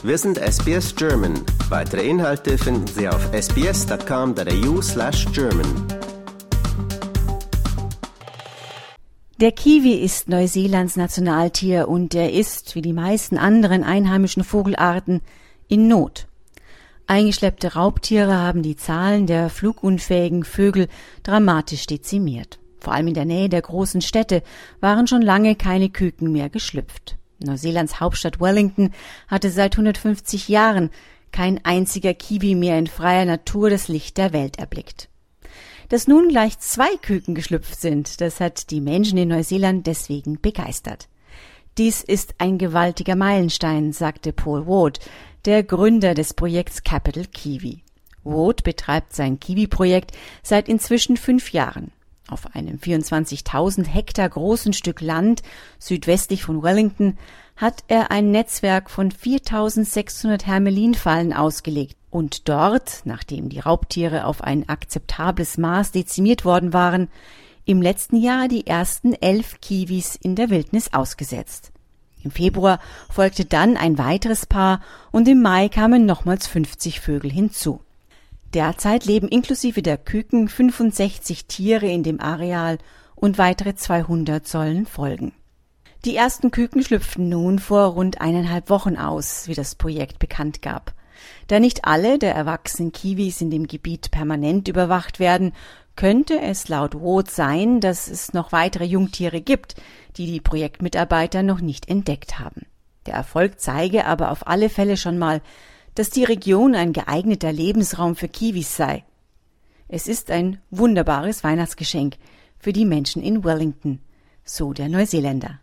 Wir sind SBS German. Weitere Inhalte finden Sie auf sbs.com.au/German. Der Kiwi ist Neuseelands Nationaltier und er ist, wie die meisten anderen einheimischen Vogelarten, in Not. Eingeschleppte Raubtiere haben die Zahlen der flugunfähigen Vögel dramatisch dezimiert. Vor allem in der Nähe der großen Städte waren schon lange keine Küken mehr geschlüpft. Neuseelands Hauptstadt Wellington hatte seit 150 Jahren kein einziger Kiwi mehr in freier Natur das Licht der Welt erblickt. Dass nun gleich 2 Küken geschlüpft sind, das hat die Menschen in Neuseeland deswegen begeistert. Dies ist ein gewaltiger Meilenstein, sagte Paul Ward, der Gründer des Projekts Capital Kiwi. Ward betreibt sein Kiwi-Projekt seit inzwischen 5 Jahren. Auf einem 24.000 Hektar großen Stück Land südwestlich von Wellington hat er ein Netzwerk von 4.600 Hermelinfallen ausgelegt. Und dort, nachdem die Raubtiere auf ein akzeptables Maß dezimiert worden waren, im letzten Jahr die ersten 11 Kiwis in der Wildnis ausgesetzt. Im Februar folgte dann ein weiteres Paar und im Mai kamen nochmals 50 Vögel hinzu. Derzeit leben inklusive der Küken 65 Tiere in dem Areal und weitere 200 sollen folgen. Die ersten Küken schlüpften nun vor rund 1,5 Wochen aus, wie das Projekt bekannt gab. Da nicht alle der erwachsenen Kiwis in dem Gebiet permanent überwacht werden, könnte es laut Ward sein, dass es noch weitere Jungtiere gibt, die die Projektmitarbeiter noch nicht entdeckt haben. Der Erfolg zeige aber auf alle Fälle schon mal, dass die Region ein geeigneter Lebensraum für Kiwis sei. Es ist ein wunderbares Weihnachtsgeschenk für die Menschen in Wellington, so der Neuseeländer.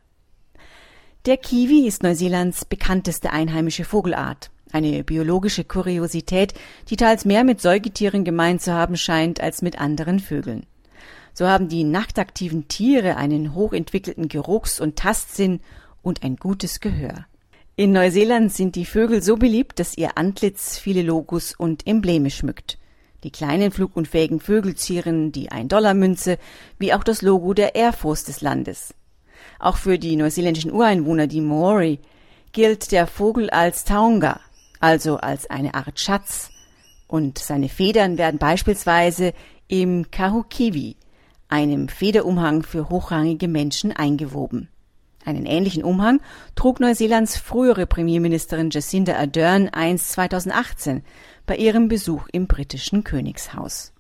Der Kiwi ist Neuseelands bekannteste einheimische Vogelart. Eine biologische Kuriosität, die teils mehr mit Säugetieren gemein zu haben scheint als mit anderen Vögeln. So haben die nachtaktiven Tiere einen hochentwickelten Geruchs- und Tastsinn und ein gutes Gehör. In Neuseeland sind die Vögel so beliebt, dass ihr Antlitz viele Logos und Embleme schmückt. Die kleinen flugunfähigen Vögel zieren die 1-Dollar-Münze, wie auch das Logo der Air Force des Landes. Auch für die neuseeländischen Ureinwohner, die Maori, gilt der Vogel als Taonga, also als eine Art Schatz, und seine Federn werden beispielsweise im Kahukiwi, einem Federumhang für hochrangige Menschen, eingewoben. Einen ähnlichen Umhang trug Neuseelands frühere Premierministerin Jacinda Ardern einst 2018 bei ihrem Besuch im britischen Königshaus.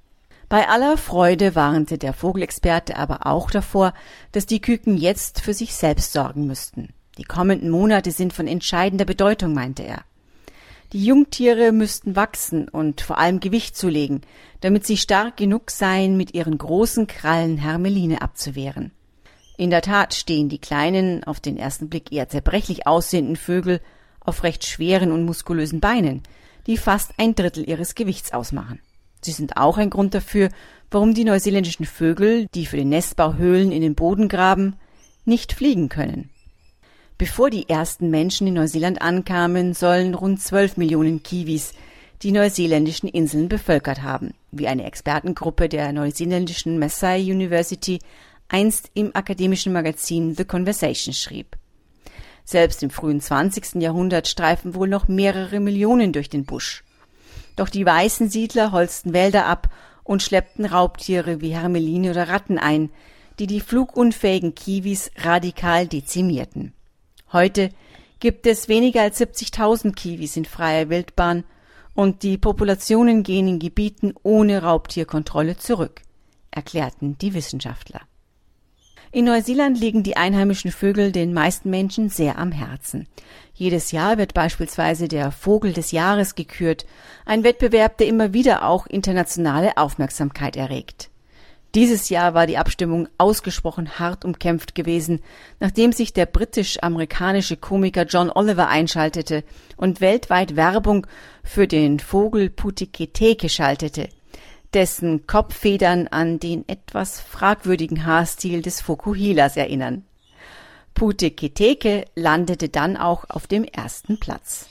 Bei aller Freude warnte der Vogelexperte aber auch davor, dass die Küken jetzt für sich selbst sorgen müssten. Die kommenden Monate sind von entscheidender Bedeutung, meinte er. Die Jungtiere müssten wachsen und vor allem Gewicht zulegen, damit sie stark genug seien, mit ihren großen Krallen Hermeline abzuwehren. In der Tat stehen die kleinen, auf den ersten Blick eher zerbrechlich aussehenden Vögel auf recht schweren und muskulösen Beinen, die fast 1/3 ihres Gewichts ausmachen. Sie sind auch ein Grund dafür, warum die neuseeländischen Vögel, die für den Nestbau Höhlen in den Boden graben, nicht fliegen können. Bevor die ersten Menschen in Neuseeland ankamen, sollen rund 12 Millionen Kiwis die neuseeländischen Inseln bevölkert haben, wie eine Expertengruppe der neuseeländischen Massey University einst im akademischen Magazin The Conversation schrieb. Selbst im frühen 20. Jahrhundert streifen wohl noch mehrere Millionen durch den Busch. Doch die weißen Siedler holzten Wälder ab und schleppten Raubtiere wie Hermeline oder Ratten ein, die die flugunfähigen Kiwis radikal dezimierten. Heute gibt es weniger als 70.000 Kiwis in freier Wildbahn und die Populationen gehen in Gebieten ohne Raubtierkontrolle zurück, erklärten die Wissenschaftler. In Neuseeland liegen die einheimischen Vögel den meisten Menschen sehr am Herzen. Jedes Jahr wird beispielsweise der Vogel des Jahres gekürt, ein Wettbewerb, der immer wieder auch internationale Aufmerksamkeit erregt. Dieses Jahr war die Abstimmung ausgesprochen hart umkämpft gewesen, nachdem sich der britisch-amerikanische Komiker John Oliver einschaltete und weltweit Werbung für den Vogel Putuketeke schaltete, dessen Kopffedern an den etwas fragwürdigen Haarstil des Fokuhilas erinnern. Putuketeke landete dann auch auf dem ersten Platz.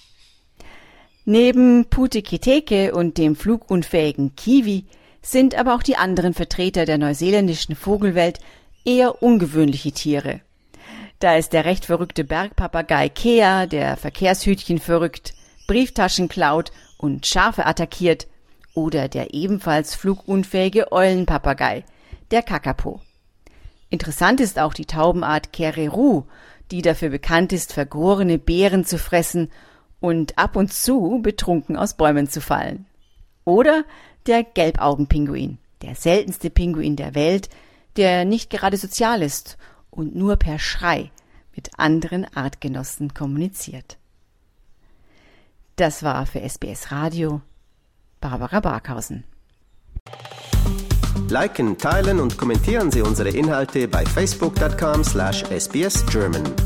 Neben Putuketeke und dem flugunfähigen Kiwi sind aber auch die anderen Vertreter der neuseeländischen Vogelwelt eher ungewöhnliche Tiere. Da ist der recht verrückte Bergpapagei Kea, der Verkehrshütchen verrückt, Brieftaschen klaut und Schafe attackiert, oder der ebenfalls flugunfähige Eulenpapagei, der Kakapo. Interessant ist auch die Taubenart Kereru, die dafür bekannt ist, vergorene Beeren zu fressen und ab und zu betrunken aus Bäumen zu fallen. Oder der Gelbaugenpinguin, der seltenste Pinguin der Welt, der nicht gerade sozial ist und nur per Schrei mit anderen Artgenossen kommuniziert. Das war für SBS Radio Barbara Barkhausen. Liken, teilen und kommentieren Sie unsere Inhalte bei facebook.com/sbsgerman.